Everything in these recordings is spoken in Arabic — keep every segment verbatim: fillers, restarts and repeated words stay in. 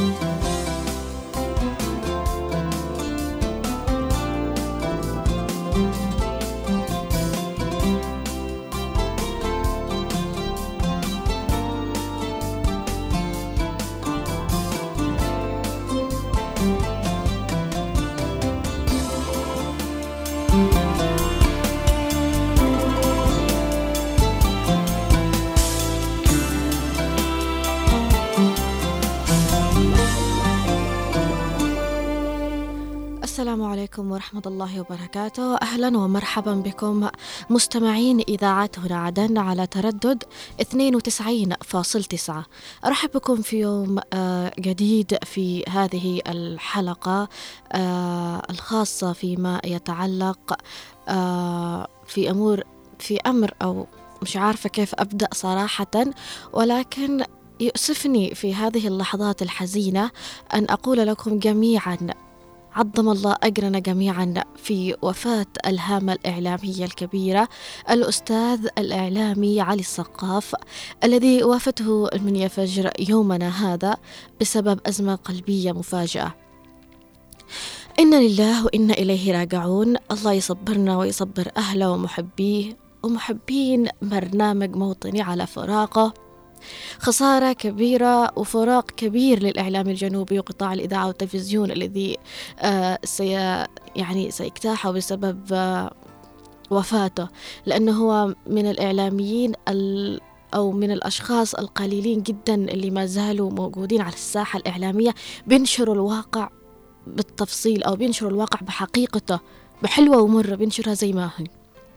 السلام عليكم ورحمة الله وبركاته. أهلا ومرحبا بكم مستمعين إذاعة هنا عدن على تردد اثنين وتسعين فاصلة تسعة. أرحب بكم في يوم جديد في هذه الحلقة الخاصة فيما يتعلق في أمور في أمر أو مش عارفة كيف أبدأ صراحة، ولكن يؤسفني في هذه اللحظات الحزينة أن أقول لكم جميعا عظم الله أجرنا جميعا في وفاة الهامة الإعلامية الكبيرة الأستاذ الإعلامي علي السقاف، الذي وافته من فجر يومنا هذا بسبب أزمة قلبية مفاجئة. إنا لله وإنا إليه راجعون. الله يصبرنا ويصبر أهله ومحبيه ومحبين برنامج موطني على فراقه. خسارة كبيرة وفراق كبير للإعلام الجنوبي وقطاع الإذاعة والتلفزيون الذي آه سي يعني سيجتاح بسبب آه وفاته، لأنه هو من الإعلاميين أو من الأشخاص القليلين جدا اللي ما زالوا موجودين على الساحة الإعلامية بينشروا الواقع بالتفصيل أو بينشروا الواقع بحقيقته بحلوة ومرة، بينشرها زي ما هي.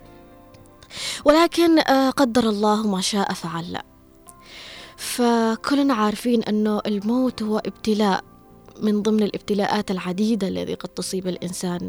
ولكن آه قدر الله ما شاء فعل. فكلنا عارفين أنه الموت هو ابتلاء من ضمن الابتلاءات العديدة التي قد تصيب الإنسان،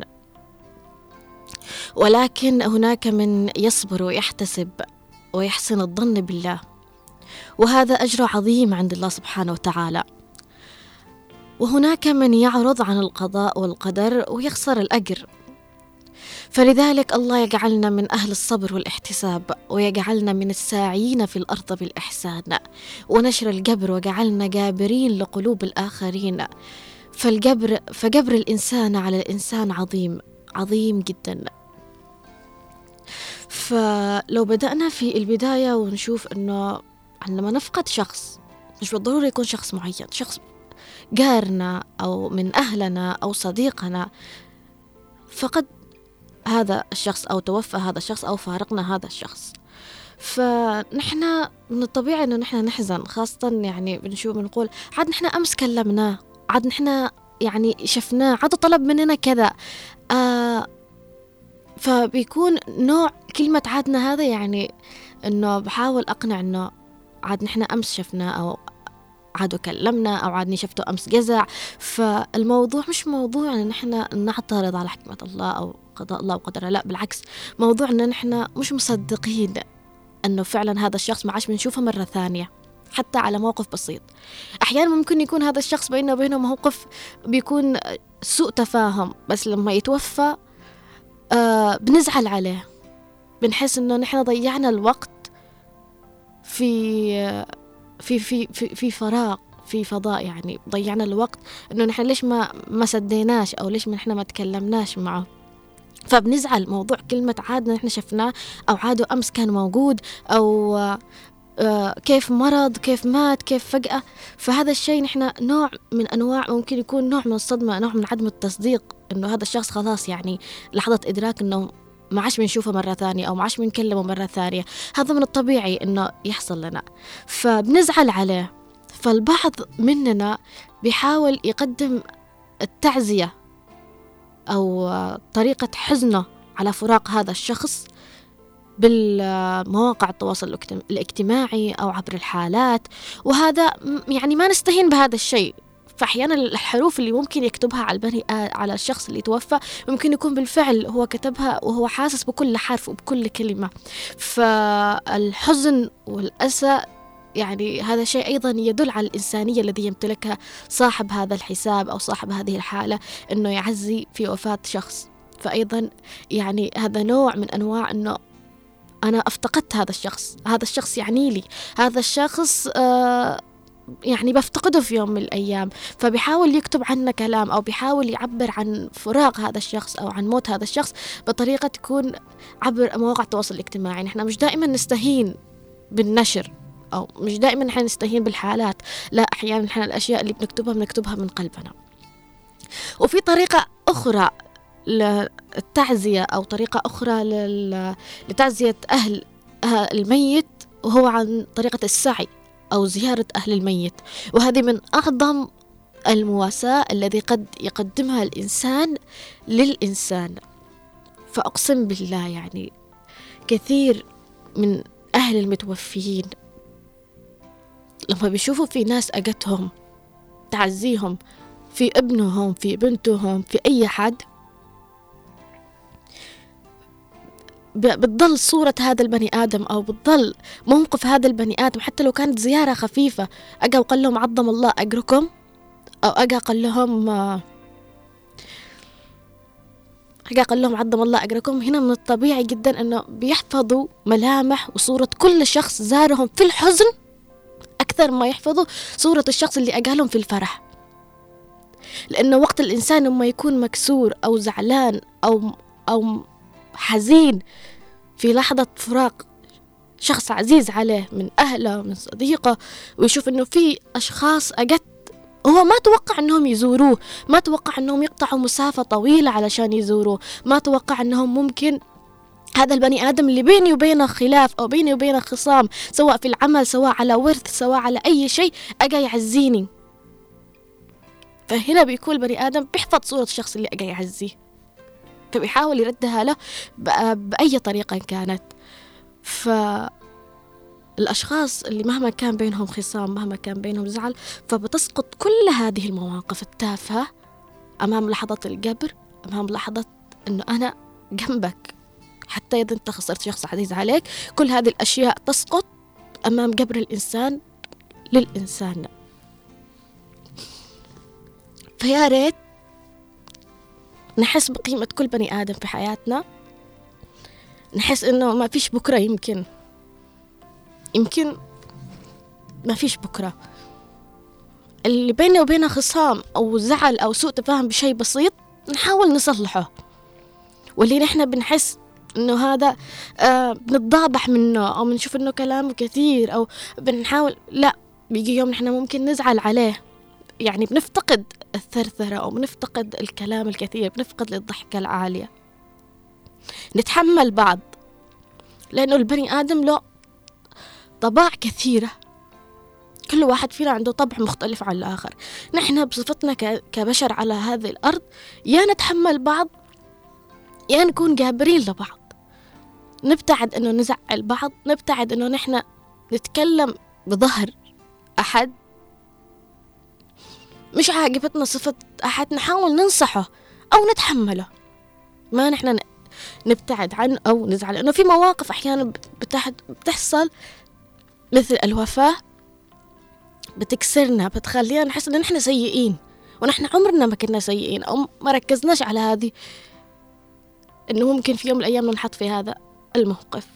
ولكن هناك من يصبر ويحتسب ويحسن الظن بالله، وهذا أجر عظيم عند الله سبحانه وتعالى. وهناك من يعرض عن القضاء والقدر ويخسر الأجر، فلذلك الله يجعلنا من أهل الصبر والاحتساب، ويجعلنا من الساعين في الأرض بالإحسان ونشر الجبر، وجعلنا جابرين لقلوب الآخرين. فالجبر فجبر الإنسان على الإنسان عظيم عظيم جدا. فلو بدأنا في البداية ونشوف أنه عندما نفقد شخص، مش بالضروري يكون شخص معين، شخص جارنا أو من أهلنا أو صديقنا، فقد هذا الشخص أو توفى هذا الشخص أو فارقنا هذا الشخص، فنحن من الطبيعي أنه نحن نحزن، خاصة يعني بنشوف بنقول عاد نحن أمس كلمناه، عاد نحن يعني شفناه، عاد طلب مننا كذا. آه فبيكون نوع كلمة عادنا هذا يعني أنه بحاول أقنع أنه عاد نحن أمس شفناه أو عادوا كلمنا أو عادني شفته أمس جزع. فالموضوع مش موضوع أن نحن نعترض على حكمة الله أو قضاء الله وقدره، لا بالعكس، موضوع أن نحن مش مصدقين أنه فعلا هذا الشخص ما عاش بنشوفه مرة ثانية حتى على موقف بسيط. أحيانا ممكن يكون هذا الشخص بينه وبينه موقف بيكون سوء تفاهم، بس لما يتوفى آه بنزعل عليه، بنحس أنه نحن ضيعنا الوقت في في في في, في فراغ في فضاء، يعني ضيعنا الوقت إنه نحن ليش ما ما سديناش أو ليش ما نحن ما تكلمناش معه. فبنزعل موضوع كلمة عادنا نحن شفناه أو عاده أمس كان موجود أو آه كيف مرض كيف مات كيف فجأة. فهذا الشيء نحن نوع من أنواع ممكن يكون نوع من الصدمة، نوع من عدم التصديق إنه هذا الشخص خلاص يعني لحظة إدراك إنه ما عاش بنشوفه مرة ثانية أو ما عاش بنكلمه مرة ثانية. هذا من الطبيعي إنه يحصل لنا، فبنزعل عليه. فالبعض مننا بيحاول يقدم التعزية أو طريقة حزنه على فراق هذا الشخص بالمواقع التواصل الاجتماعي أو عبر الحالات، وهذا يعني ما نستهين بهذا الشيء. فأحيانا الحروف اللي ممكن يكتبها على البني على الشخص اللي توفى ممكن يكون بالفعل هو كتبها وهو حاسس بكل حرف وبكل كلمة. فالحزن والأسى يعني هذا شيء أيضا يدل على الإنسانية الذي يمتلكها صاحب هذا الحساب أو صاحب هذه الحالة، إنه يعزي في وفاة شخص. فأيضا يعني هذا نوع من أنواع إنه أنا افتقدت هذا الشخص، هذا الشخص يعني لي، هذا الشخص آه يعني بفتقده في يوم من الأيام، فبيحاول يكتب عنه كلام أو بيحاول يعبر عن فراق هذا الشخص أو عن موت هذا الشخص بطريقة تكون عبر مواقع التواصل الاجتماعي. نحن مش دائما نستهين بالنشر أو مش دائما نحن نستهين بالحالات، لا، أحيانا نحن الأشياء اللي بنكتبها بنكتبها من قلبنا. وفي طريقة أخرى للتعزية أو طريقة أخرى لتعزية أهل الميت، وهو عن طريقة السعي أو زيارة أهل الميت، وهذه من أعظم المواساة الذي قد يقدمها الإنسان للإنسان. فأقسم بالله يعني كثير من أهل المتوفيين لما بيشوفوا في ناس أجتهم تعزيهم في ابنهم في بنتهم في أي حد، بتضل صورة هذا البني آدم أو بتضل موقف هذا البني آدم، حتى لو كانت زيارة خفيفة، أجا وقال لهم عظم الله أجركم، أو أجا قال لهم أجا قال لهم عظم الله أجركم. هنا من الطبيعي جدا أنه بيحفظوا ملامح وصورة كل شخص زارهم في الحزن أكثر ما يحفظوا صورة الشخص اللي أجالهم في الفرح. لأنه وقت الإنسان لما يكون مكسور أو زعلان أو أو حزين في لحظة فراق شخص عزيز عليه من أهله من صديقه، ويشوف أنه في أشخاص أجت هو ما توقع أنهم يزوروه، ما توقع أنهم يقطعوا مسافة طويلة علشان يزوروه، ما توقع أنهم ممكن هذا البني آدم اللي بيني وبينه خلاف أو بيني وبينه خصام، سواء في العمل سواء على ورث سواء على أي شيء، أجا يعزيني. فهنا بيكون البني آدم بيحفظ صورة الشخص اللي أجا يعزيه، فبيحاول يردها له بأي طريقة كانت. فالأشخاص اللي مهما كان بينهم خصام مهما كان بينهم زعل، فبتسقط كل هذه المواقف التافهة أمام لحظة القبر، أمام لحظة أنه أنا جنبك، حتى إذا أنت خسرت شخص عزيز عليك، كل هذه الأشياء تسقط أمام قبر الإنسان للإنسان. فيا ريت نحس بقيمة كل بني آدم في حياتنا، نحس إنه ما فيش بكرة، يمكن يمكن ما فيش بكرة. اللي بيني وبينه خصام أو زعل أو سوء تفاهم بشيء بسيط نحاول نصلحه، واللي نحن بنحس إنه هذا آه بنتضابح منه أو بنشوف إنه كلامه كثير أو بنحاول، لا، بيجي يوم نحن ممكن نزعل عليه، يعني بنفتقد الثرثرة أو بنفتقد الكلام الكثير، بنفقد الضحكة العالية، نتحمل بعض، لأنه البني آدم له طباع كثيرة، كل واحد فينا عنده طبع مختلف عن الآخر. نحن بصفتنا كبشر على هذه الأرض يا نتحمل بعض يا نكون جابرين لبعض، نبتعد أنه نزعل بعض، نبتعد أنه نحن نتكلم بظهر أحد، مش عاجبتنا صفة أحد نحاول ننصحه أو نتحمله، ما نحن نبتعد عنه أو نزعل. لأنه في مواقف أحيانا بتحصل مثل الوفاة بتكسرنا، بتخلينا نحس إن نحن سيئين، ونحن عمرنا ما كنا سيئين أو ما ركزناش على هذه، إنه ممكن في يوم من الأيام ننحط في هذا الموقف.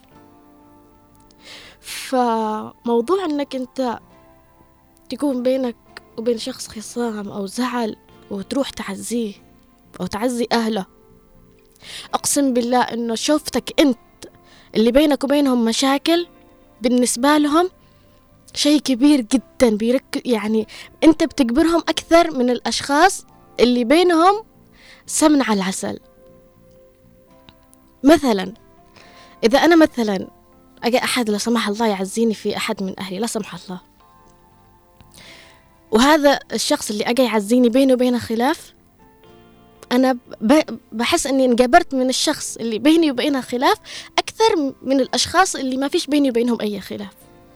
فموضوع إنك أنت تكون بينك وبين شخص خصام أو زعل وتروح تعزيه أو تعزي أهله، أقسم بالله إنه شوفتك أنت اللي بينك وبينهم مشاكل بالنسبة لهم شيء كبير جدا، بيرك يعني أنت بتكبرهم أكثر من الأشخاص اللي بينهم سمن على العسل. مثلا إذا أنا مثلا أجي أحد لا سمح الله يعزيني في أحد من أهلي، لا سمح الله، وهذا الشخص اللي أجي يعزيني بينه وبينه خلاف، أنا بحس أني انجبرت من الشخص اللي بيني وبينه خلاف أكثر من الأشخاص اللي ما فيش بيني وبينهم أي خلاف.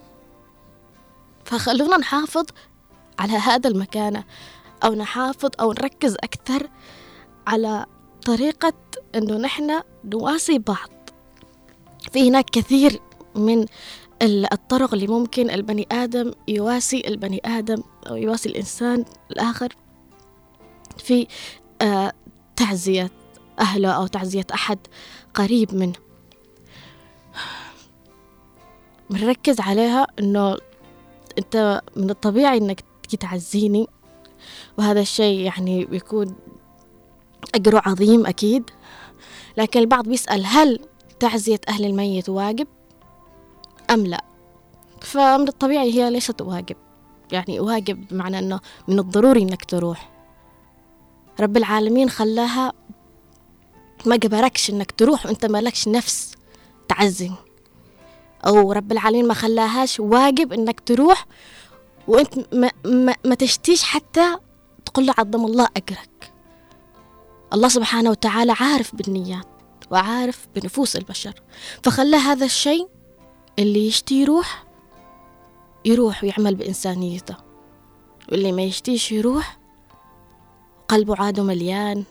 فخلونا نحافظ على هذا المكانة، أو نحافظ أو نركز أكثر على طريقة أنه نحن نواسي بعض. في هناك كثير من الطرق اللي ممكن البني آدم يواسي البني آدم أو يواسي الإنسان الآخر في آه تعزية أهله أو تعزية أحد قريب منه. بنركز عليها إنه أنت من الطبيعي أنك تجي تعزيني، وهذا الشيء يعني بيكون أجره عظيم أكيد، لكن البعض بيسأل هل تعزية أهل الميت واجب أم لا؟ فمن الطبيعي هي ليست واجب، يعني واجب بمعنى أنه من الضروري أنك تروح. رب العالمين خلاها ما جبركش أنك تروح وأنت ما لكش نفس تعزي، أو رب العالمين ما خلاهاش واجب أنك تروح وأنت ما, ما, ما تشتيش حتى تقول له عظم الله أجرك. الله سبحانه وتعالى عارف بالنيات وعارف بنفوس البشر، فخلى هذا الشيء اللي يشتي يروح يروح ويعمل بإنسانيته، واللي ما يشتيش يروح قلبه عاده مليان،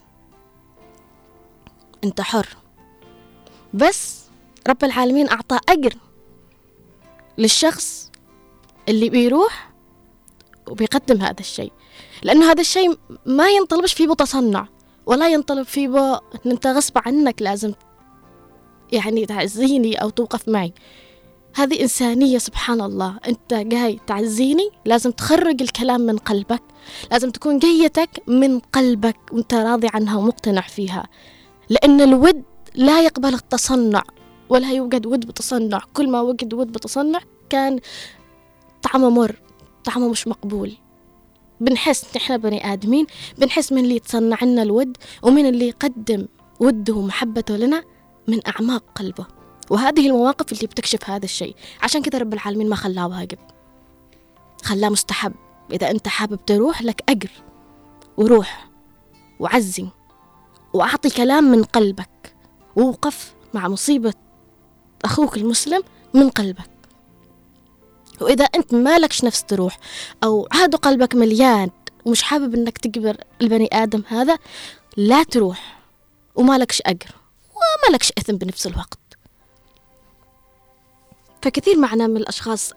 انت حر. بس رب العالمين أعطى أجر للشخص اللي بيروح وبيقدم هذا الشيء، لأنه هذا الشيء ما ينطلبش فيه بتصنع، ولا ينطلب فيه ب... أن أنت غصب عنك لازم يعني تعزيني أو توقف معي. هذه إنسانية سبحان الله. أنت جاي تعزيني لازم تخرج الكلام من قلبك، لازم تكون جيتك من قلبك وأنت راضي عنها ومقتنع فيها، لأن الود لا يقبل التصنع، ولا يوجد ود بتصنع. كل ما وجد ود بتصنع كان طعمه مر، طعمه مش مقبول. بنحس نحن بني آدمين بنحس من اللي يتصنع لنا الود ومن اللي يقدم وده ومحبته لنا من أعماق قلبه. وهذه المواقف اللي بتكشف هذا الشيء. عشان كده رب العالمين ما خلاه واجب، خلاه مستحب. إذا أنت حابب تروح لك أجر، وروح وعزي وأعطي كلام من قلبك، ووقف مع مصيبة أخوك المسلم من قلبك. وإذا أنت مالكش نفس تروح أو عاد قلبك مليان ومش حابب أنك تجبر البني آدم هذا، لا تروح، ومالكش أجر ومالكش إثم بنفس الوقت. فكثير معنا من الأشخاص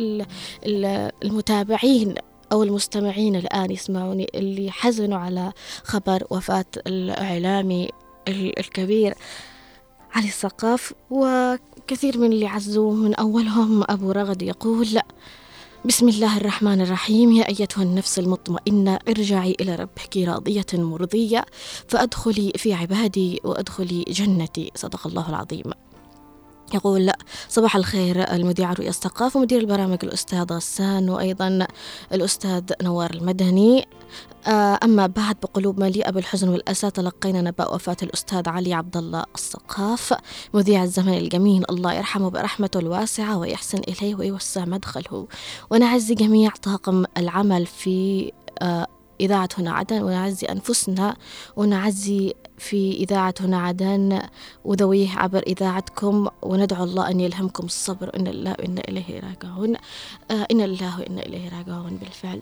المتابعين أو المستمعين الآن يسمعوني اللي حزنوا على خبر وفاة الإعلامي الكبير علي الثقاف، وكثير من اللي عزوه من أولهم أبو رغد يقول: لا، بسم الله الرحمن الرحيم، يا أيتها النفس المطمئنة ارجعي إلى ربك راضية مرضية فأدخلي في عبادي وأدخلي جنتي. صدق الله العظيم. يقول: لا، صباح الخير المذيع رؤيا الثقاف ومدير البرامج الأستاذ غسان وأيضا الأستاذ نوار المدني. أما بعد، بقلوب مليئة بالحزن والأسى تلقينا نبأ وفاة الأستاذ علي عبد الله الثقاف مذيع الزمن الجميل، الله يرحمه برحمته الواسعة ويحسن إليه ويوسع مدخله، ونعزي جميع طاقم العمل في إذاعة هنا عدن، ونعزي أنفسنا ونعزي في إذاعة هنا عدن وذويه عبر إذاعتكم، وندعو الله أن يلهمكم الصبر. إن الله وإنا إليه راجعون. آه إن الله وإنا إليه راجعون بالفعل.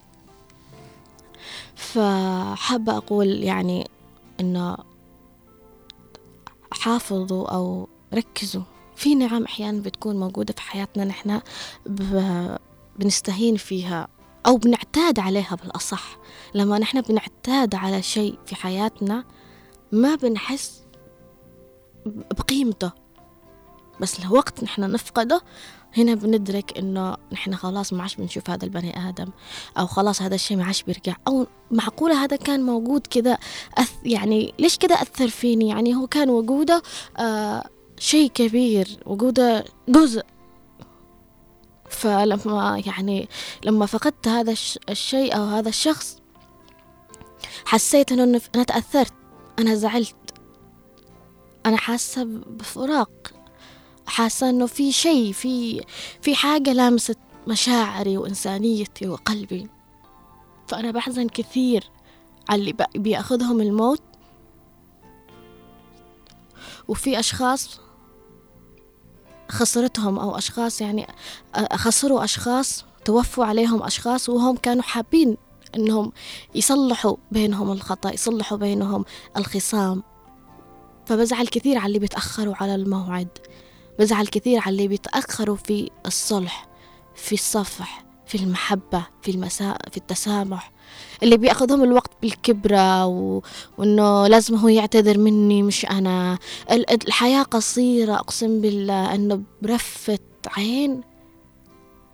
فحابة أقول يعني إنه حافظوا أو ركزوا في نعم أحيانا بتكون موجودة في حياتنا نحن بنستهين فيها أو بنعتاد عليها. بالأصح لما نحن بنعتاد على شيء في حياتنا ما بنحس بقيمته، بس لوقت نحن نفقده هنا بندرك إنه نحن خلاص ما عاش بنشوف هذا البني آدم، أو خلاص هذا الشيء ما عاش بيرجع، أو معقولة هذا كان موجود كذا أث يعني ليش كذا أثر فيني؟ يعني هو كان وجوده آه شيء كبير، وجوده جزء. فلما يعني لما فقدت هذا الشيء أو هذا الشخص حسيت إنه أنا تأثرت، أنا زعلت، أنا حاسة بفراق، حاسة إنه في شيء في في حاجة لامست مشاعري وإنسانيتي وقلبي. فأنا بحزن كثير على اللي بيأخذهم الموت، وفي أشخاص خسرتهم أو أشخاص يعني خسروا أشخاص، توفوا عليهم أشخاص وهم كانوا حابين أنهم يصلحوا بينهم الخطأ، يصلحوا بينهم الخصام. فبزعل كثير على اللي بيتأخروا على الموعد، بزعل كثير على اللي بيتأخروا في الصلح، في الصفح، في المحبة، في المساء، في التسامح، اللي بيأخذهم الوقت بالكبرة و... وإنه لازم هو يعتذر مني مش أنا. الحياة قصيرة، أقسم بالله أنه برفة عين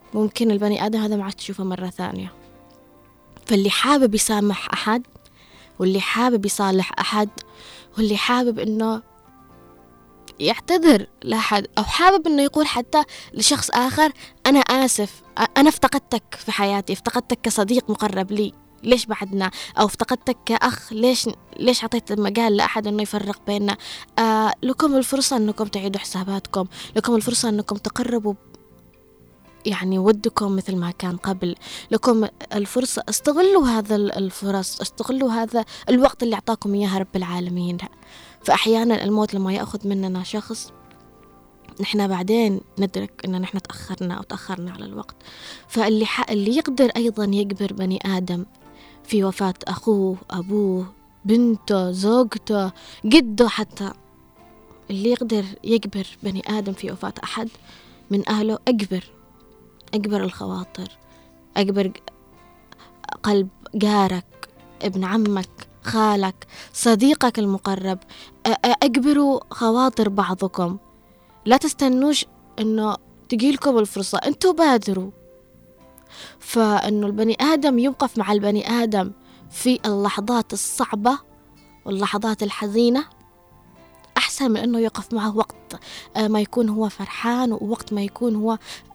ممكن البني آدم هذا ما عاد تشوفه مرة ثانية. فاللي حابب يسامح أحد، واللي حابب يصالح أحد، واللي حابب إنه يعتذر لأحد، أو حابب إنه يقول حتى لشخص آخر أنا آسف، أنا افتقدتك في حياتي، افتقدتك كصديق مقرب لي، ليش بعدنا؟ أو افتقدتك كأخ، ليش ليش عطيت مجال لأحد إنه يفرق بيننا؟ آه لكم الفرصة إنكم تعيدوا حساباتكم، لكم الفرصة إنكم تقربوا يعني ودكم مثل ما كان قبل، لكم الفرصة، استغلوا هذا الفرص، استغلوا هذا الوقت اللي أعطاكم إياه رب العالمين. فأحيانا الموت لما يأخذ مننا شخص نحن بعدين ندرك إن نحن تأخرنا أو تأخرنا على الوقت. فاللي اللي يقدر أيضا يجبر بني آدم في وفاة أخوه، أبوه، بنته، زوجته، جده، حتى اللي يقدر يجبر بني آدم في وفاة أحد من أهله، أجبر أجبر الخواطر، أجبر قلب جارك، ابن عمك، خالك، صديقك المقرب، أجبروا خواطر بعضكم. لا تستنوش إنه تجيلكم الفرصة، أنتوا بادروا. فإنه البني آدم يوقف مع البني آدم في اللحظات الصعبة واللحظات الحزينة أحسن من إنه يقف معه وقت ما يكون هو فرحان، ووقت ما يكون هو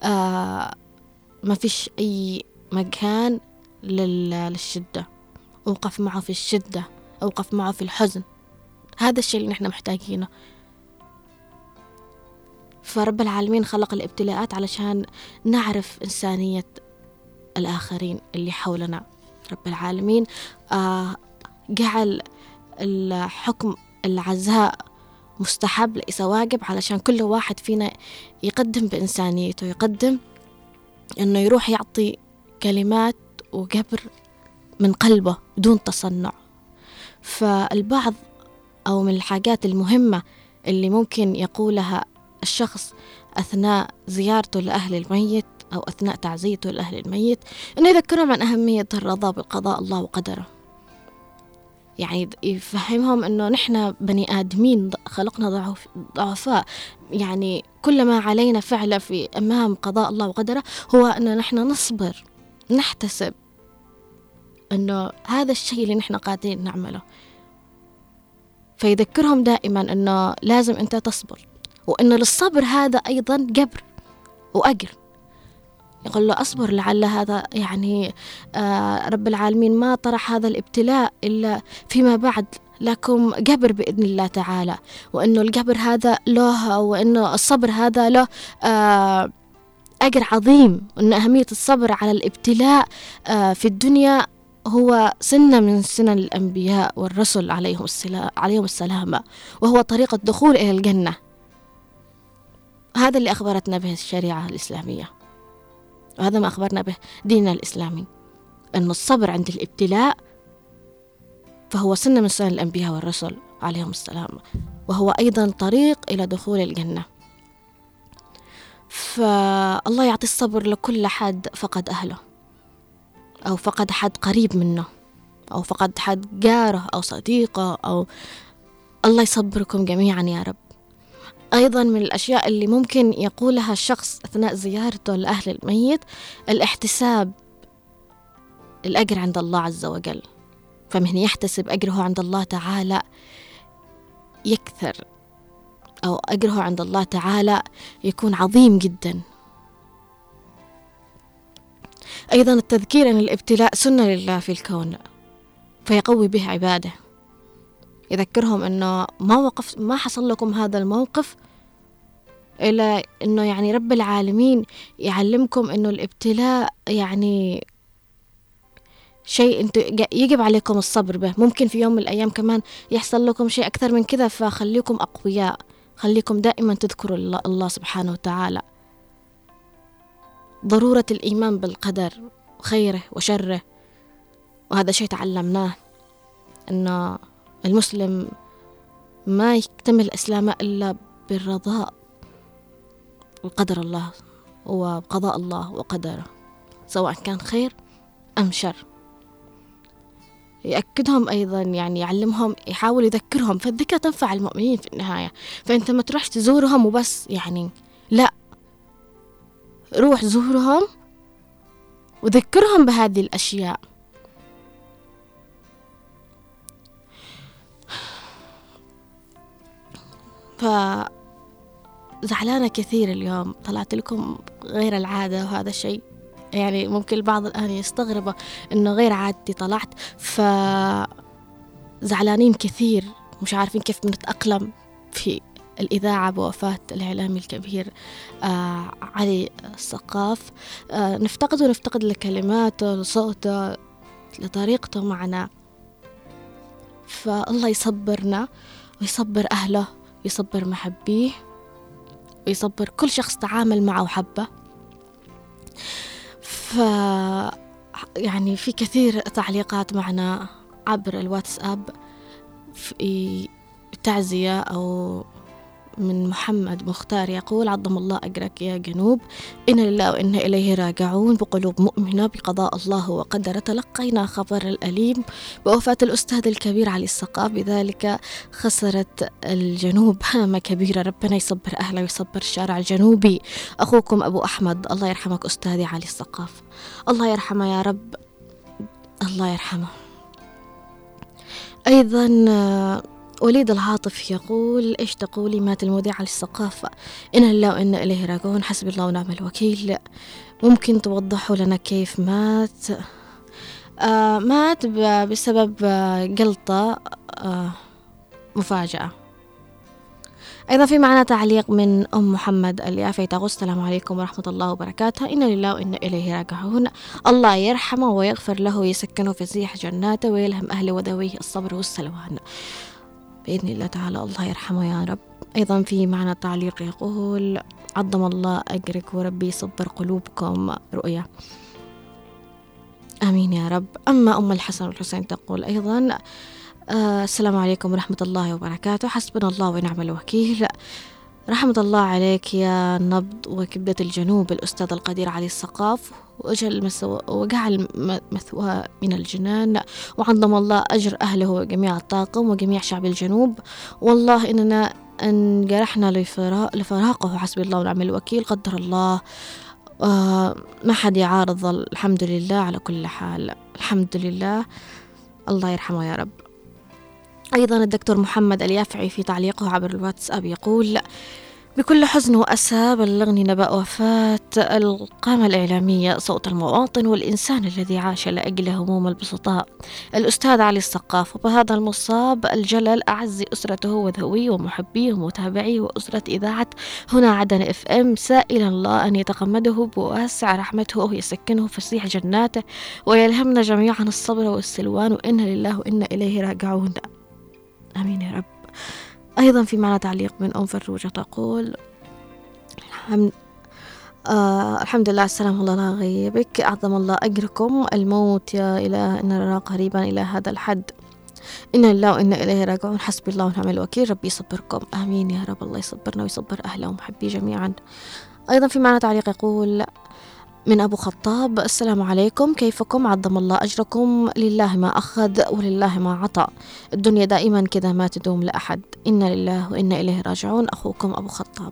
ما فيش أي مكان للشدة. أوقف معه في الشدة، أوقف معه في الحزن، هذا الشيء اللي نحن محتاجينه. فرب العالمين خلق الابتلاءات علشان نعرف إنسانية الآخرين اللي حولنا. رب العالمين آه جعل الحكم العزاء مستحب ليس واجب، علشان كل واحد فينا يقدم بإنسانيته، يقدم إنه يروح يعطي كلمات وجبر من قلبه بدون تصنع. فالبعض أو من الحاجات المهمة اللي ممكن يقولها الشخص أثناء زيارته لأهل الميت أو أثناء تعزيته لأهل الميت إنه يذكرهم عن أهمية الرضا بقضاء الله وقدره. يعني يفهمهم إنه نحن بني آدمين خلقنا ضعف ضعفاء، يعني كل ما علينا فعله في أمام قضاء الله وقدره هو أن نحن نصبر، نحتسب إنه هذا الشيء اللي نحن قادرين نعمله. فيذكرهم دائما إنه لازم أنت تصبر، وإنه للصبر هذا أيضا جبر وأجر. يقول له أصبر لعل هذا يعني آه رب العالمين ما طرح هذا الابتلاء إلا فيما بعد لكم جبر بإذن الله تعالى، وإنه الجبر هذا له، وإنه الصبر هذا له آه أجر عظيم، وإن أهمية الصبر على الابتلاء آه في الدنيا هو سنة من سنن الأنبياء والرسل عليهم السلام عليهم السلام، وهو طريق الدخول إلى الجنة. هذا اللي أخبرتنا به الشريعة الإسلامية، وهذا ما أخبرنا به ديننا الإسلامي، أن الصبر عند الابتلاء فهو سنة من سنن الأنبياء والرسل عليهم السلام، وهو أيضا طريق إلى دخول الجنة. فالله يعطي الصبر لكل حد فقد أهله، أو فقد حد قريب منه، أو فقد حد جاره أو صديقه، أو الله يصبركم جميعا يا رب. أيضا من الأشياء اللي ممكن يقولها الشخص أثناء زيارته لأهل الميت الاحتساب الأجر عند الله عز وجل. فمن يحتسب أجره عند الله تعالى يكثر، أو أجره عند الله تعالى يكون عظيم جدا. أيضا التذكير أن الابتلاء سنة لله في الكون، فيقوي به عباده. يذكرهم أنه ما وقف ما حصل لكم هذا الموقف إلا أنه يعني رب العالمين يعلمكم أنه الابتلاء يعني شيء أنت يجب عليكم الصبر به. ممكن في يوم من الأيام كمان يحصل لكم شيء أكثر من كذا، فخليكم أقوياء، خليكم دائما تذكروا الله, الله سبحانه وتعالى. ضرورة الإيمان بالقدر خيره وشره، وهذا شيء تعلمناه، أنه المسلم ما يكتمل إسلامه إلا بالرضاء بقدر الله وقضاء الله وقدره، سواء كان خير أم شر. يأكدهم أيضا، يعني يعلمهم، يحاول يذكرهم، فالذكرى تنفع المؤمنين في النهاية. فأنت ما تروح تزورهم وبس، يعني لا، روح زورهم وذكرهم بهذه الأشياء. فزعلانة كثير اليوم، طلعت لكم غير العادة، وهذا الشيء يعني ممكن البعض الآن يستغرب إنه غير عادتي طلعت. فزعلانين كثير، مش عارفين كيف بنتأقلم في الإذاعة بوفاة الإعلامي الكبير آه علي السقاف. آه نفتقده ونفتقد لكلماته، لصوته، لطريقته معنا. فالله يصبرنا ويصبر أهله ويصبر محبيه ويصبر كل شخص تعامل معه وحبه. ف يعني في كثير تعليقات معنا عبر الواتساب في تعزية أو من محمد مختار يقول: عظم الله أجرك يا جنوب، إن لله وإنا إليه راجعون. بقلوب مؤمنة بقضاء الله وقدر تلقينا خبر الأليم بوفاة الأستاذ الكبير علي السقاف، بذلك خسرت الجنوب هامة كبيرة. ربنا يصبر أهله ويصبر الشارع الجنوبي. أخوكم أبو أحمد. الله يرحمك أستاذي علي السقاف، الله يرحمه يا رب، الله يرحمه. أيضا وليد العاطف يقول: إيش تقولي؟ مات المذيع علي السقاف، إن لله وإنا إليه راجعون، حسبي الله ونعم الوكيل. ممكن توضحوا لنا كيف مات؟ آه مات بسبب جلطة آه مفاجأة. أيضا في معنا تعليق من أم محمد اليافعي تقول: السلام عليكم ورحمة الله وبركاته، إن لله وإنا إليه راجعون. الله يرحمه ويغفر له ويسكنه فسيح جناته ويلهم أهله وذويه الصبر والسلوان بإذن الله تعالى، الله يرحمه يا رب. أيضا في معنا تعليق يقول: عظم الله أجرك وربي يصبر قلوبكم رؤيا، آمين يا رب. أما أم الحسن والحسين تقول أيضا: آه السلام عليكم ورحمة الله وبركاته، حسبنا الله ونعم الوكيل، رحمة الله عليك يا نبض وكبدة الجنوب الأستاذ القدير علي السقاف، وجعل وجعل مثواه من الجنان، وعظم الله أجر أهله وجميع الطاقم وجميع شعب الجنوب. والله إننا انجرحنا لفراقه، حسبي الله ونعم الوكيل، قدر الله. آه ما حد يعارض، الحمد لله على كل حال، الحمد لله، الله يرحمه يا رب. أيضا الدكتور محمد اليافعي في تعليقه عبر الواتساب يقول: بكل حزن وأسى بلغني نبأ وفاة القامة الإعلامية، صوت المواطن والإنسان الذي عاش لأجل هموم البسطاء، الأستاذ علي السقاف. وبهذا المصاب الجلل أعزي أسرته وذويه ومحبيه ومتابعيه وأسرة إذاعة هنا عدن اف ام، سائلا الله أن يتغمده بواسع رحمته ويسكنه فسيح جناته ويلهمنا جميعا الصبر والسلوان، وإن لله وإنا إليه راجعون، آمين يا رب. أيضا في معنا تعليق من أم فروجة تقول: الحمد, آه الحمد لله السلام الله لا غيبك، أعظم الله أجركم، الموت يا إله إن نرى قريبا إلى هذا الحد، إن الله وإنا إليه راجعون، حسبي الله ونعم الوكيل، ربي يصبركم، آمين يا رب، الله يصبرنا ويصبر أهله ومحبيه جميعا. أيضا في معنا تعليق يقول من أبو خطاب: السلام عليكم، كيفكم؟ عظم الله أجركم، لله ما أخذ ولله ما عطى، الدنيا دائما كذا ما تدوم لأحد، إن لله وإنا إليه راجعون، أخوكم أبو خطاب.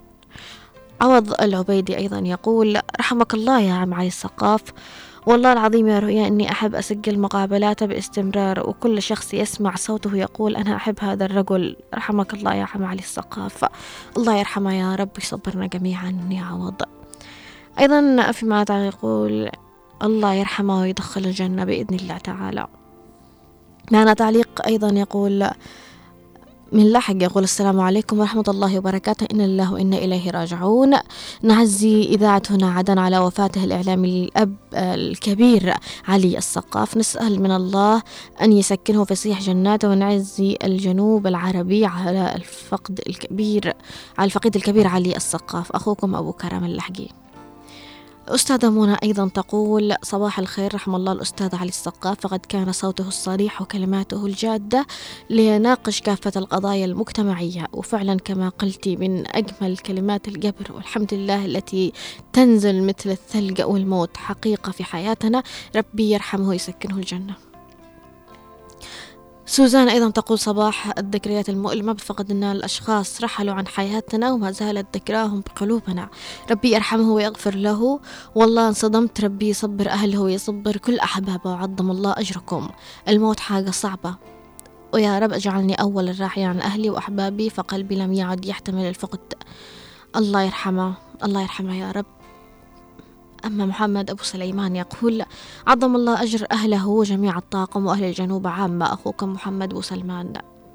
عوض العبيدي أيضا يقول: رحمك الله يا عم علي السقاف، والله العظيم يا رؤيا إني أحب أسجل مقابلاته باستمرار، وكل شخص يسمع صوته يقول أنا أحب هذا الرجل، رحمك الله يا عم علي السقاف، الله يرحمه يا رب يصبرنا جميعا يا عوض. أيضا في ما يقول: الله يرحمه ويدخل الجنة بإذن الله تعالى. معنا تعليق أيضا يقول من لحق يقول: السلام عليكم ورحمة الله وبركاته، إن الله وإنا إليه راجعون. نعزي إذاعة هنا عدن على وفاته الإعلامي الأب الكبير علي السقاف، نسأل من الله أن يسكنه فسيح جناته، ونعزي الجنوب العربي على الفقد الكبير على الفقيد الكبير علي السقاف، أخوكم أبو كرم اللحقي. أستاذة منى أيضا تقول: صباح الخير، رحم الله الأستاذ علي السقاف، فقد كان صوته الصريح وكلماته الجادة ليناقش كافة القضايا المجتمعية، وفعلا كما قلتي من أجمل كلمات الجبر والحمد لله التي تنزل مثل الثلج والموت حقيقة في حياتنا، ربي يرحمه ويسكنه الجنة. سوزان أيضا تقول صباح الذكريات المؤلمة بفقد أن الأشخاص رحلوا عن حياتنا وما زالت ذكراهم بقلوبنا. ربي يرحمه ويغفر له. والله انصدمت، ربي يصبر أهله ويصبر كل أحبابه وعظم الله أجركم. الموت حاجة صعبة، ويا رب اجعلني أول الراحين عن أهلي وأحبابي فقلبي لم يعد يحتمل الفقد. الله يرحمه، الله يرحمه يا رب. أما محمد أبو سليمان يقول عظم الله أجر أهله وجميع الطاقم وأهل الجنوب عامة، أخوكم محمد أبو سلمان.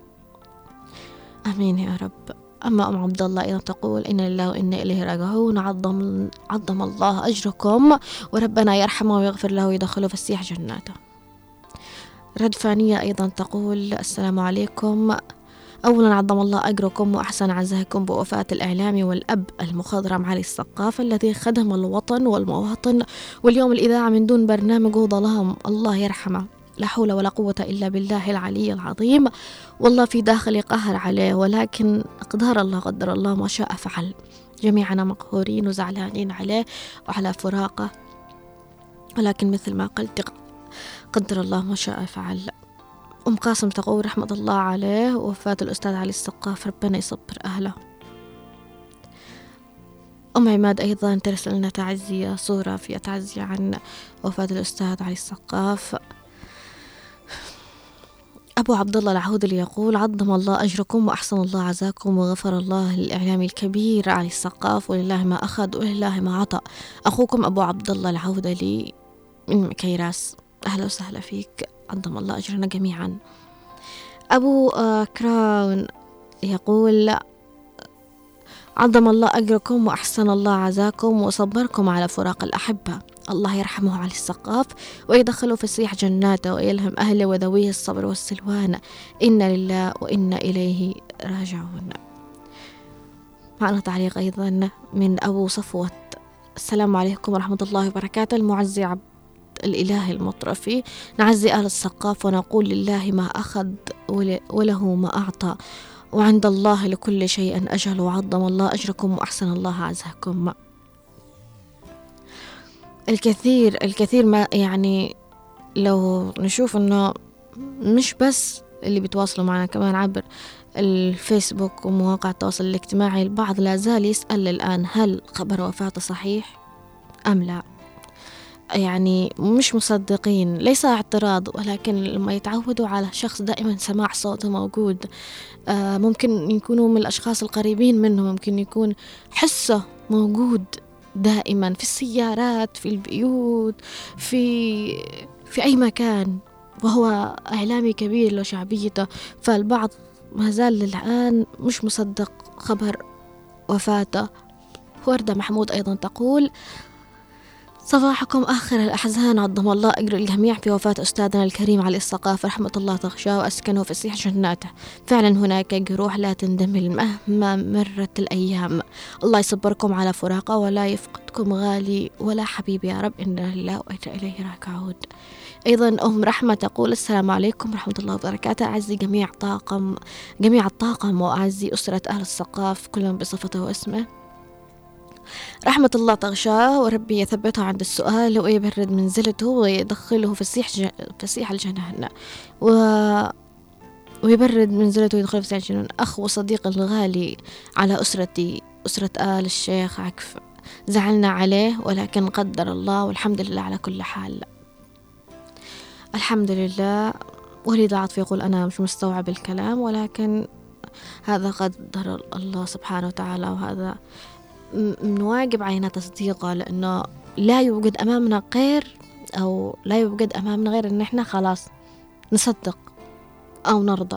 آمين يا رب. أما أم عبد الله أيضا تقول إن لله وإنا إليه راجعون. عظم, عظم الله أجركم وربنا يرحمه ويغفر له ويدخله في السيح جناته. رد فانية أيضا تقول السلام عليكم، أولا عظم الله أجركم وأحسن عزاكم بوفاة الإعلامي والأب المخضرم علي السقاف الذي خدم الوطن والمواطن، واليوم الإذاعة من دون برنامج ظلام. الله يرحمه، لا حول ولا قوة إلا بالله العلي العظيم. والله في داخلي قهر عليه، ولكن أقدار الله قدر الله ما شاء فعل. جميعنا مقهورين وزعلانين عليه وعلى فراقه، ولكن مثل ما قلت قدر الله ما شاء فعل. أم قاسم تقول رحمة الله عليه ووفاة الأستاذ علي السقاف، ربنا يصبر أهله. أم عماد أيضا ترسل لنا تعزية، صورة فيها تعزية عن وفاة الأستاذ علي السقاف. أبو عبد الله العهودلي يقول عظم الله أجركم وأحسن الله عزاكم وغفر الله للإعلامي الكبير علي السقاف، ولله ما أخذ ولله ما عطى. أخوكم أبو عبد الله العهودلي من مكيراس، أهلا وسهلا فيك، عظم الله أجرنا جميعا. أبو كراون يقول عظم الله أجركم وأحسن الله عزاكم وصبركم على فراق الأحبة. الله يرحمه علي السقاف ويدخله في صيح جناته ويلهم أهله وذويه الصبر والسلوان. إنا لله وإنا إليه راجعون. معنا تعليق أيضا من أبو صفوة، السلام عليكم ورحمة الله وبركاته. المعزي عبد الإله المطرفي، نعزي أهل السقاف ونقول لله ما أخذ وله ما أعطى، وعند الله لكل شيء أجل، وعظم الله أجركم وأحسن الله عزاكم. الكثير الكثير ما يعني لو نشوف أنه مش بس اللي بيتواصلوا معنا، كمان عبر الفيسبوك ومواقع التواصل الاجتماعي البعض لا زال يسأل الآن هل خبر وفاته صحيح أم لا. يعني مش مصدقين، ليس اعتراض، ولكن لما يتعودوا على شخص دائما سماع صوته موجود، آه ممكن يكونوا من الأشخاص القريبين منه، ممكن يكون حسه موجود دائما في السيارات، في البيوت، في في أي مكان، وهو إعلامي كبير له شعبيته، فالبعض ما زال الآن مش مصدق خبر وفاته. وردة محمود أيضا تقول صباحكم آخر الأحزان، عظم الله أجر الجميع في وفاة أستاذنا الكريم علي السقاف، رحمة الله تغشاه وأسكنه في سيح جناته. فعلا هناك جروح لا تندمل مهما مرت الأيام. الله يصبركم على فراقه ولا يفقدكم غالي ولا حبيب يا رب، إنا لله وإنا إليه راجعون. أيضا أم رحمة تقول السلام عليكم ورحمة الله وبركاته. أعزي جميع طاقم جميع الطاقم وأعزي أسرة أهل السقاف كلهم بصفته واسمه، رحمة الله تغشاه وربي يثبته عند السؤال ويبرد منزلته ويدخله في السيح ج... في سيح الجنان و... ويبرد منزلته ويدخله في سيح الجنان. أخ وصديق الغالي على أسرتي، أسرة آل الشيخ عكف، زعلنا عليه ولكن قدر الله والحمد لله على كل حال. الحمد لله. وليد عاطف يقول أنا مش مستوعب الكلام، ولكن هذا قدر الله سبحانه وتعالى، وهذا من واجب علينا تصديقه، لأنه لا يوجد أمامنا غير أو لا يوجد أمامنا غير أن احنا خلاص نصدق أو نرضى.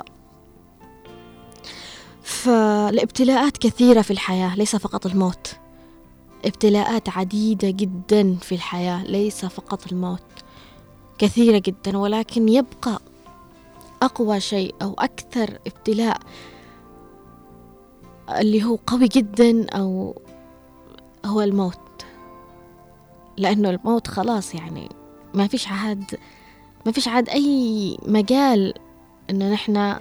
فالابتلاءات كثيرة في الحياة، ليس فقط الموت، ابتلاءات عديدة جدا في الحياة، ليس فقط الموت، كثيرة جدا، ولكن يبقى أقوى شيء أو أكثر ابتلاء اللي هو قوي جدا أو هو الموت، لأنه الموت خلاص يعني ما فيش عاد ما فيش عاد أي مجال إنه نحنا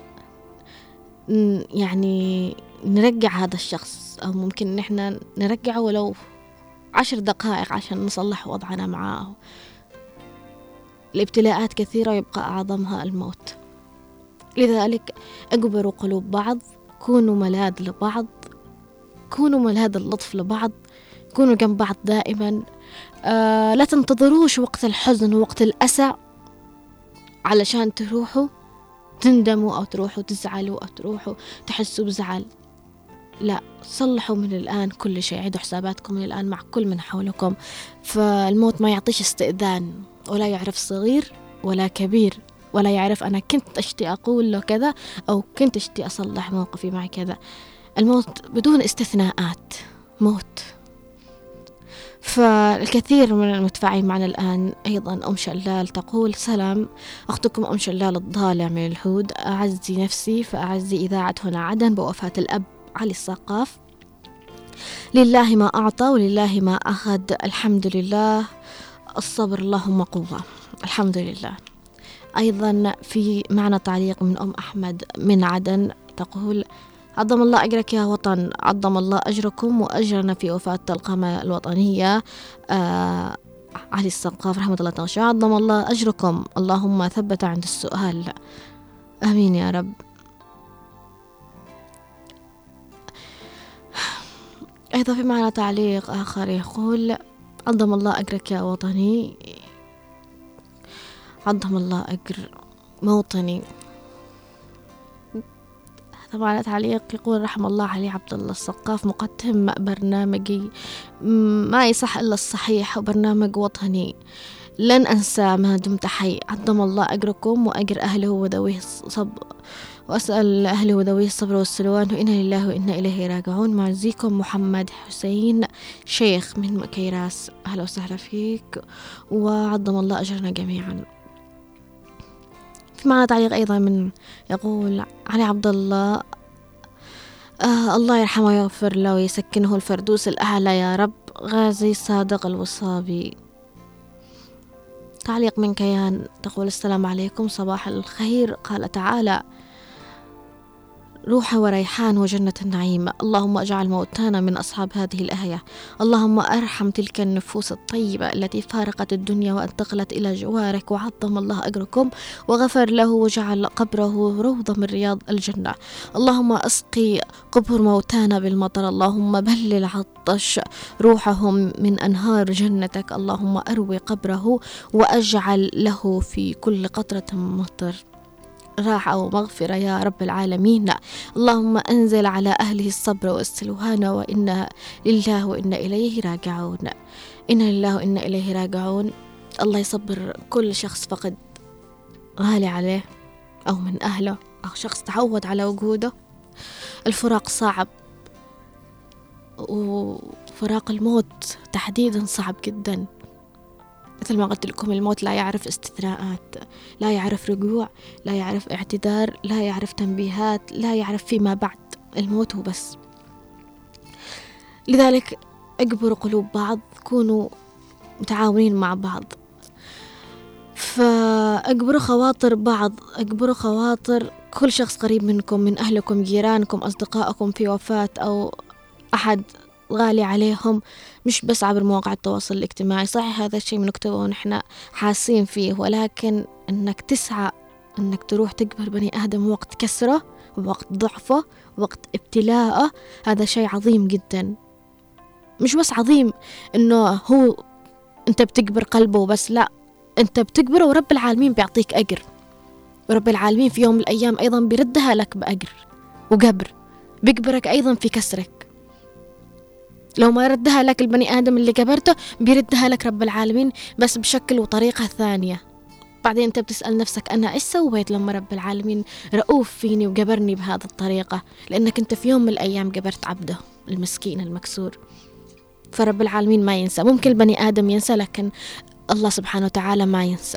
يعني نرجع هذا الشخص، أو ممكن نحنا نرجعه ولو عشر دقائق عشان نصلح وضعنا معاه. الابتلاءات كثيرة ويبقى أعظمها الموت. لذلك اجبروا قلوب بعض، كونوا ملاذ لبعض، كونوا ملاذ اللطف لبعض، كونوا جنب بعض دائما. آه لا تنتظروش وقت الحزن ووقت الأسى علشان تروحوا تندموا أو تروحوا تزعلوا أو تروحوا تحسوا بزعل. لا، صلحوا من الآن كل شيء، عيدوا حساباتكم من الآن مع كل من حولكم. فالموت ما يعطيش استئذان، ولا يعرف صغير ولا كبير، ولا يعرف أنا كنت أشتي أقول له كذا أو كنت أشتي أصلح موقفي مع كذا. الموت بدون استثناءات موت. فالكثير من المتفاعلين معنا الآن أيضا أم شلال تقول: سلام، أختكم أم شلال الضالع من الهود، أعزي نفسي فأعزي إذاعة هنا عدن بوفاة الأب علي السقاف. لله ما أعطى ولله ما أخذ، الحمد لله، الصبر اللهم قوة، الحمد لله. أيضا في معنا تعليق من أم أحمد من عدن تقول: عظم الله أجرك يا وطن، عظم الله أجركم وأجرنا في وفاة القامة الوطنية آه علي السقاف رحمة الله تعالى، عظم الله أجركم، اللهم ثبت عند السؤال، آمين يا رب. أيضا في معنا تعليق آخر يقول: عظم الله أجرك يا وطني، عظم الله أجر موطني. طبعا تعليق يقول: رحم الله علي عبد الله السقاف، مقدم برنامجي ما يصح إلا الصحيح وبرنامج وطني لن أنسى ما دمت حي، عظم الله أجركم وأجر أهله وذويه الصبر، وأسأل أهله وذويه الصبر والسلوان، وإنا لله وإنا إليه راجعون. معزيكم محمد حسين شيخ من مكيراس، أهلا وسهلا فيك، وعظم الله أجرنا جميعا. معنا تعليق أيضا من يقول: علي عبد الله آه الله يرحمه ويغفر له ويسكنه الفردوس الأعلى يا رب، غازي صادق الوصابي. تعليق من كيان تقول: السلام عليكم، صباح الخير. قال تعالى: روح وريحان وجنة النعيم، اللهم اجعل موتانا من أصحاب هذه الآية، اللهم أرحم تلك النفوس الطيبة التي فارقت الدنيا وانتقلت إلى جوارك، وعظم الله أجركم وغفر له وجعل قبره روضة من رياض الجنة، اللهم أسقي قبر موتانا بالمطر، اللهم بلل عطش روحهم من أنهار جنتك، اللهم أروي قبره وأجعل له في كل قطرة مطر راحة ومغفرة يا رب العالمين، اللهم أنزل على أهله الصبر والسلوان، وإنا لله وإنا إليه راجعون، إنا لله وإنا إليه راجعون. الله يصبر كل شخص فقد غالي عليه أو من أهله أو شخص تعود على وجوده. الفراق صعب، وفراق الموت تحديدا صعب جدا. مثل ما قلت لكم، الموت لا يعرف استثناءات، لا يعرف رجوع، لا يعرف اعتذار، لا يعرف تنبيهات، لا يعرف فيما بعد، الموت هو بس. لذلك اجبروا قلوب بعض، كونوا متعاونين مع بعض، فاجبروا خواطر بعض، اجبروا خواطر كل شخص قريب منكم، من أهلكم، جيرانكم، أصدقائكم في وفاة أو أحد غالي عليهم، مش بس عبر مواقع التواصل الاجتماعي. صحيح هذا الشيء بنكتبه ونحن حاسين فيه، ولكن انك تسعى انك تروح تقبر بني آدم وقت كسره ووقت ضعفه ووقت ابتلاءه، هذا شيء عظيم جدا. مش بس عظيم انه هو انت بتقبر قلبه بس، لا، انت بتقبره ورب العالمين بيعطيك أجر، ورب العالمين في يوم من الأيام أيضا بيردها لك بأجر وقبر، بيقبرك أيضا في كسرك. لو ما ردها لك البني آدم اللي قبرته، بيردها لك رب العالمين بس بشكل وطريقة ثانية. بعدين أنت بتسأل نفسك أنا إيش سويت لما رب العالمين رؤوف فيني وقبرني بهذه الطريقة؟ لأنك أنت في يوم من الأيام قبرت عبده المسكين المكسور. فرب العالمين ما ينسى. ممكن البني آدم ينسى، لكن الله سبحانه وتعالى ما ينسى،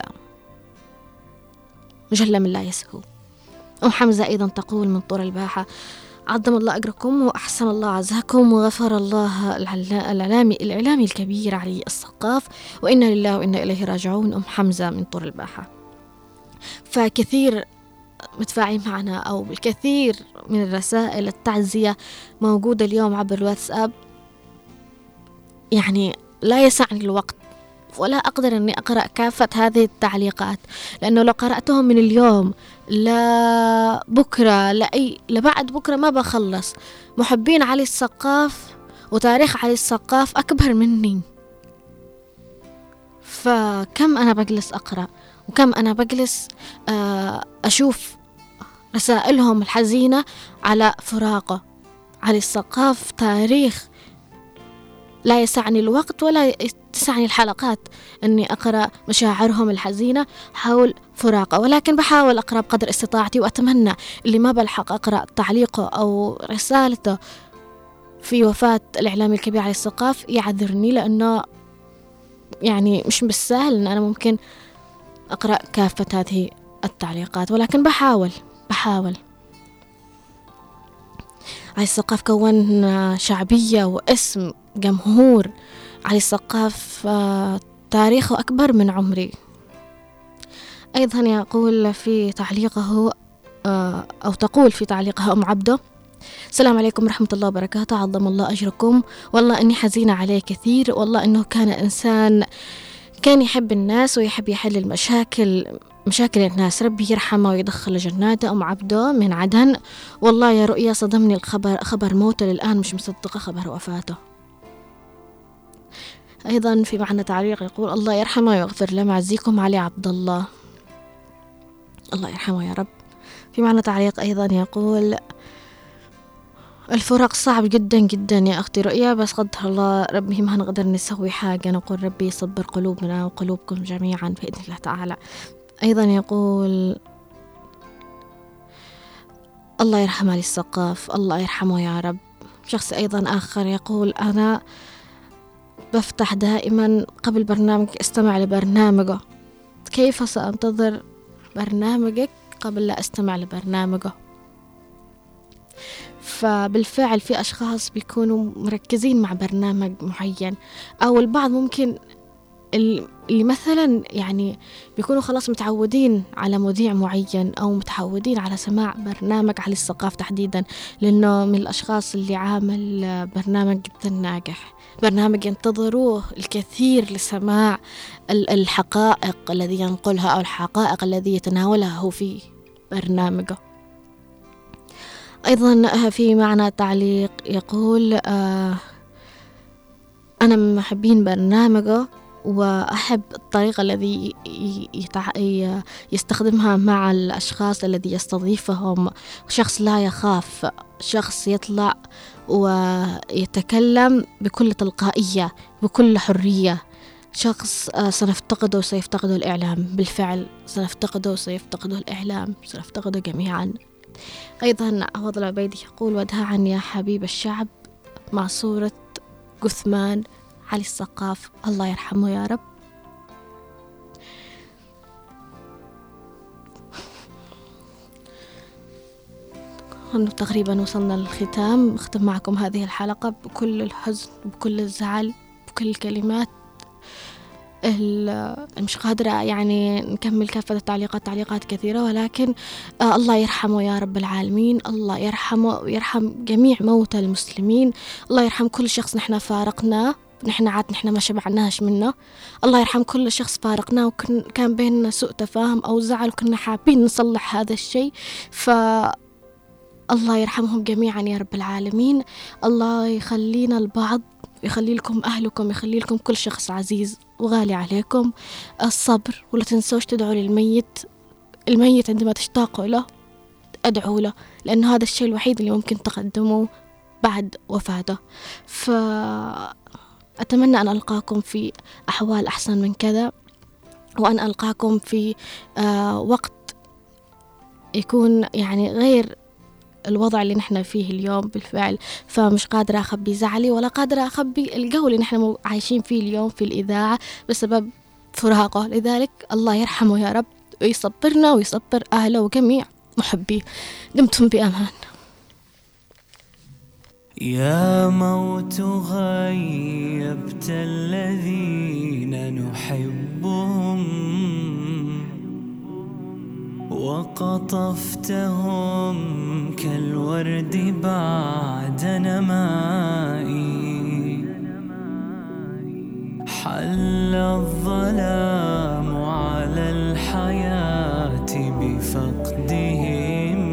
جل من لا يسهو. أم حمزة أيضا تقول من طور الباحة: عظم الله أجركم وأحسن الله عزاكم وغفر الله الإعلامي الإعلامي الكبير علي السقاف، وإنا لله وإنا إليه راجعون. أم حمزة من طور الباحة. فكثير متفاعلين معنا، أو الكثير من الرسائل التعزية موجودة اليوم عبر الواتساب، يعني لا يسعني الوقت ولا أقدر أني أقرأ كافة هذه التعليقات، لأنه لو قرأتهم من اليوم لبكرة لأي لبعد بكرة ما بخلص. محبين علي السقاف وتاريخ علي السقاف أكبر مني، فكم أنا بجلس أقرأ وكم أنا بجلس أشوف رسائلهم الحزينة على فراقه. علي السقاف تاريخ لا يسعني الوقت ولا تسعني الحلقات أني أقرأ مشاعرهم الحزينة حول فراقه، ولكن بحاول أقرأ بقدر استطاعتي، وأتمنى اللي ما بلحق أقرأ تعليقه أو رسالته في وفاة الإعلامي الكبير علي السقاف يعذرني، لأنه يعني مش بالسهل أن أنا ممكن أقرأ كافة هذه التعليقات، ولكن بحاول بحاول علي السقاف كون شعبية واسم جمهور. علي السقاف تاريخه أكبر من عمري. أيضا يقول في تعليقه أو تقول في تعليقها أم عبده: السلام عليكم ورحمة الله وبركاته، عظم الله أجركم، والله أني حزينة عليه كثير، والله أنه كان إنسان كان يحب الناس ويحب يحل المشاكل مشاكل الناس، ربي يرحمه ويدخل جناته. أم عبده من عدن: والله يا رؤيا صدمني الخبر، خبر موته للآن مش مصدقة خبر وفاته. أيضا في معنى تعليق يقول: الله يرحمه ويغفر له، معزيكم علي عبد الله، الله يرحمه يا رب. في معنى تعليق أيضا يقول: الفراق صعب جدا جدا يا أختي رؤيا، بس قدر الله ربي ما نقدر نسوي حاجة، نقول ربي يصبر قلوبنا وقلوبكم جميعا بإذن الله تعالى. أيضا يقول: الله يرحم علي السقاف، الله يرحمه يا رب. شخص أيضا آخر يقول: أنا بفتح دائما قبل برنامج استمع لبرنامجه، كيف سأنتظر برنامجك قبل لا استمع لبرنامجه؟ فبالفعل في أشخاص بيكونوا مركزين مع برنامج معين، أو البعض ممكن اللي مثلا يعني بيكونوا خلاص متعودين على مذيع معين أو متعودين على سماع برنامج علي السقاف تحديدا، لأنه من الأشخاص اللي عامل برنامج جدا ناجح، برنامج ينتظروه الكثير لسماع الحقائق الذي ينقلها أو الحقائق الذي يتناولها هو في برنامجه. أيضا في معنى تعليق يقول: آه أنا من محبين برنامجه، وأحب الطريقة الذي يستخدمها مع الأشخاص الذي يستضيفهم، شخص لا يخاف، شخص يطلع ويتكلم بكل تلقائية بكل حرية، شخص سنفتقده وسيفتقده الإعلام، بالفعل سنفتقده وسيفتقده الإعلام، سنفتقده جميعا. أيضا عوض العبيدي يقول: وداعا يا حبيب الشعب، مع صورة جثمان علي السقاف، الله يرحمه يا رب. أنه تقريبا وصلنا للختام. أختم معكم هذه الحلقة بكل الحزن، بكل الزعل، بكل الكلمات مش قادرة يعني نكمل كافة التعليقات، تعليقات كثيرة، ولكن آه الله يرحمه يا رب العالمين، الله يرحمه ويرحم جميع موتى المسلمين، الله يرحم كل شخص نحن فارقناه، نحن عاد نحن ما شبعناش منه، الله يرحم كل شخص فارقناه وكان بيننا سوء تفاهم أو زعل وكنا حابين نصلح هذا الشيء، فالله يرحمهم جميعا يا رب العالمين. الله يخلينا البعض، يخلي لكم أهلكم، يخلي لكم كل شخص عزيز وغالي عليكم، الصبر، ولا تنسوش تدعوا للميت، الميت عندما تشتاقوا له أدعوا له، لأنه هذا الشيء الوحيد اللي ممكن تقدمه بعد وفاته. فأتمنى أن ألقاكم في أحوال أحسن من كذا، وأن ألقاكم في آه وقت يكون يعني غير الوضع اللي نحن فيه اليوم بالفعل. فمش قادرة أخبي زعلي ولا قادرة أخبي الجو اللي نحن عايشين فيه اليوم في الإذاعة بسبب فراقه، لذلك الله يرحمه يا رب ويصبرنا ويصبر أهله وجميع محبيه. دمتم بأمان. يا موت غيبت الذين نحبهم وقطفتهم كالورد بعد نمائي، حل الظلام على الحياة بفقدهم،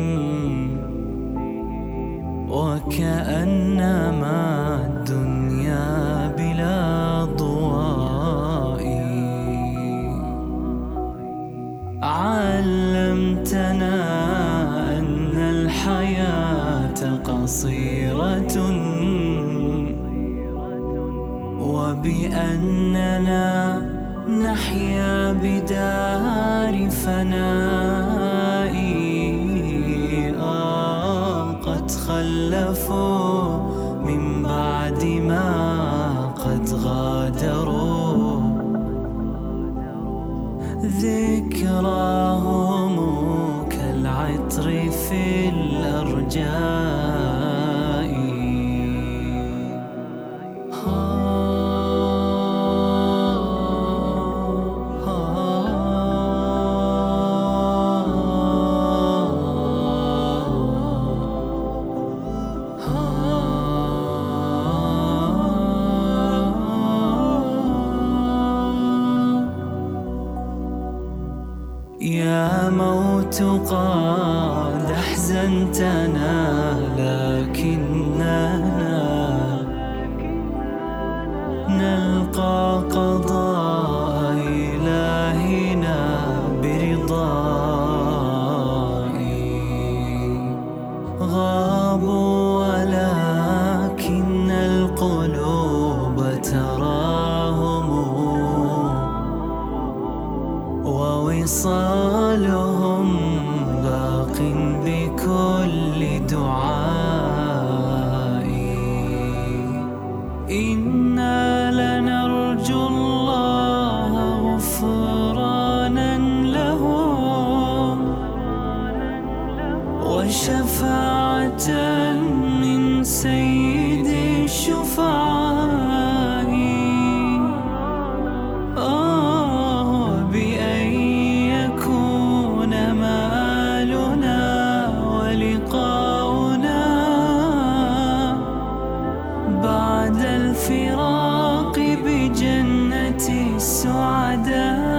وكأنما الدنيا بلا ضواء. علمتنا أن الحياة قصيرة، وبأننا نحيا بدار فناء. آه قد خلفوا من بعد ما قد غادروا، ذكراهم كالعطر في الأرجاء. يا موت قد أحزنتنا، لكننا نلقى قضاء إلهنا برضاه. غابوا ولكن القلوب تراهم، ووصالهم باق بكل دعاء. إنا لنرجو الله غفرانا لهم، وشفاعة من سيد الشفعاء. آه بأن يكون مآلنا ولقاؤنا بعد الفراق بجنة السعداء.